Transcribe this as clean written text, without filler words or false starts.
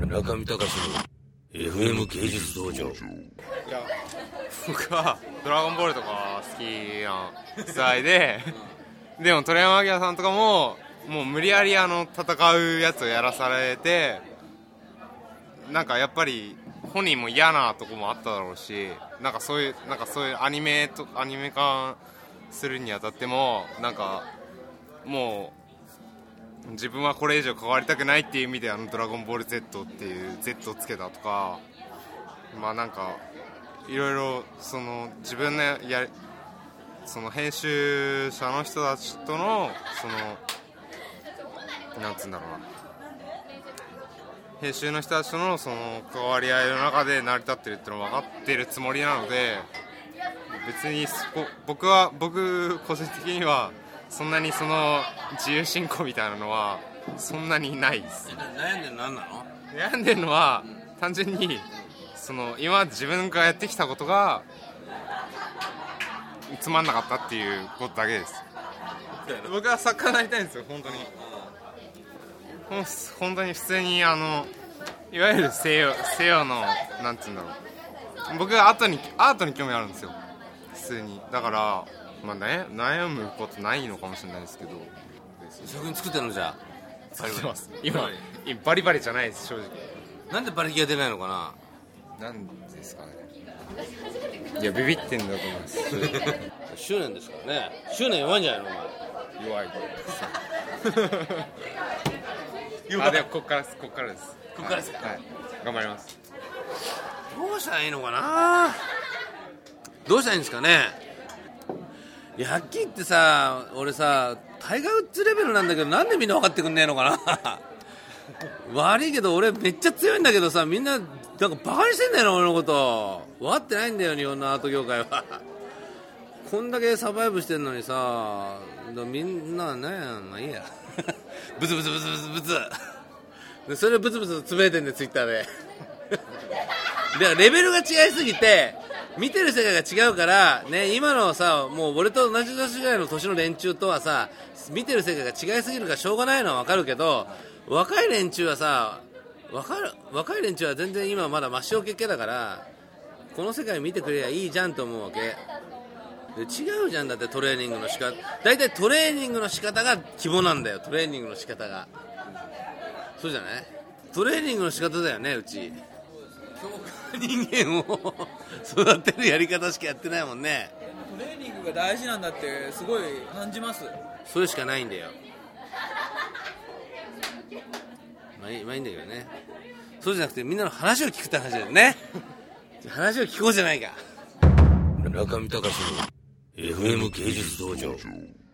中見隆の FM 芸術道場。いや、僕はドラゴンボールとか好きな世代ででも鳥山明さんとかもう無理やり戦うやつをやらされて、なんかやっぱり本人も嫌なとこもあっただろうし、なんかそういうアニメ化するにあたってもなんかもう自分はこれ以上関わりたくないっていう意味でドラゴンボール Z っていう Z をつけたとか、まあなんかいろいろその自分のその編集者の人たちとのそのなんつうんだろうな、編集の人たちとのその関わり合いの中で成り立ってるっていうのは分かってるつもりなので、別に僕個人的にはそんなにその自由進行みたいなのはそんなにないです。 悩んでるの何なの？ 悩んでるのは単純にその今自分がやってきたことがつまんなかったっていうことだけです。僕は作家になりたいんですよ、本当に普通にいわゆる西洋のなんていうんだろう、僕はアートに興味あるんですよ、普通に。だからまあ悩むことないのかもしれないですけど。 作品作ってるの？じゃあ作ってます。今バリバリじゃないです、正直。 なんで馬力が出ないのかな。なんですかね。いやビビってんだと思います執念ですからね。執念弱いんじゃないの？ 弱いあ、でもこっからです。 こっからですか？ はい、頑張ります。 どうしたらいいのかな。どうしたらいいんですかね。いや、はっきり言ってさ、俺さタイガー・ウッズレベルなんだけど、なんでみんな分かってくんねえのかな悪いけど俺めっちゃ強いんだけどさ、みんななんかバカにしてんだよな、俺のこと。分かってないんだよ、日本のアート業界はこんだけサバイブしてんのにさ、みんなね、まあいいやブツブツブツブツブツで、それをブツブツつぶやいてんで、ツイッターでだからレベルが違いすぎて見てる世界が違うからね。今のさ、もう俺と同じ年ぐらいの年の連中とはさ、見てる世界が違いすぎるからしょうがないのは分かるけど、若い連中はさ、若い連中は全然今まだ真っ白けっけだから、この世界見てくれりゃいいじゃんと思うわけで。違うじゃん。だってトレーニングの仕方、だいたいトレーニングの仕方が希望なんだよ。トレーニングの仕方が。そうじゃない？トレーニングの仕方だよね、うち。強化人間を育てるやり方しかやってないもんね。 トレーニングが大事なんだってすごい感じます。 それしかないんだよ。まあいいんだけどね。そうじゃなくてみんなの話を聞くって話だよね話を聞こうじゃないか。 中見隆の FM 芸術道場。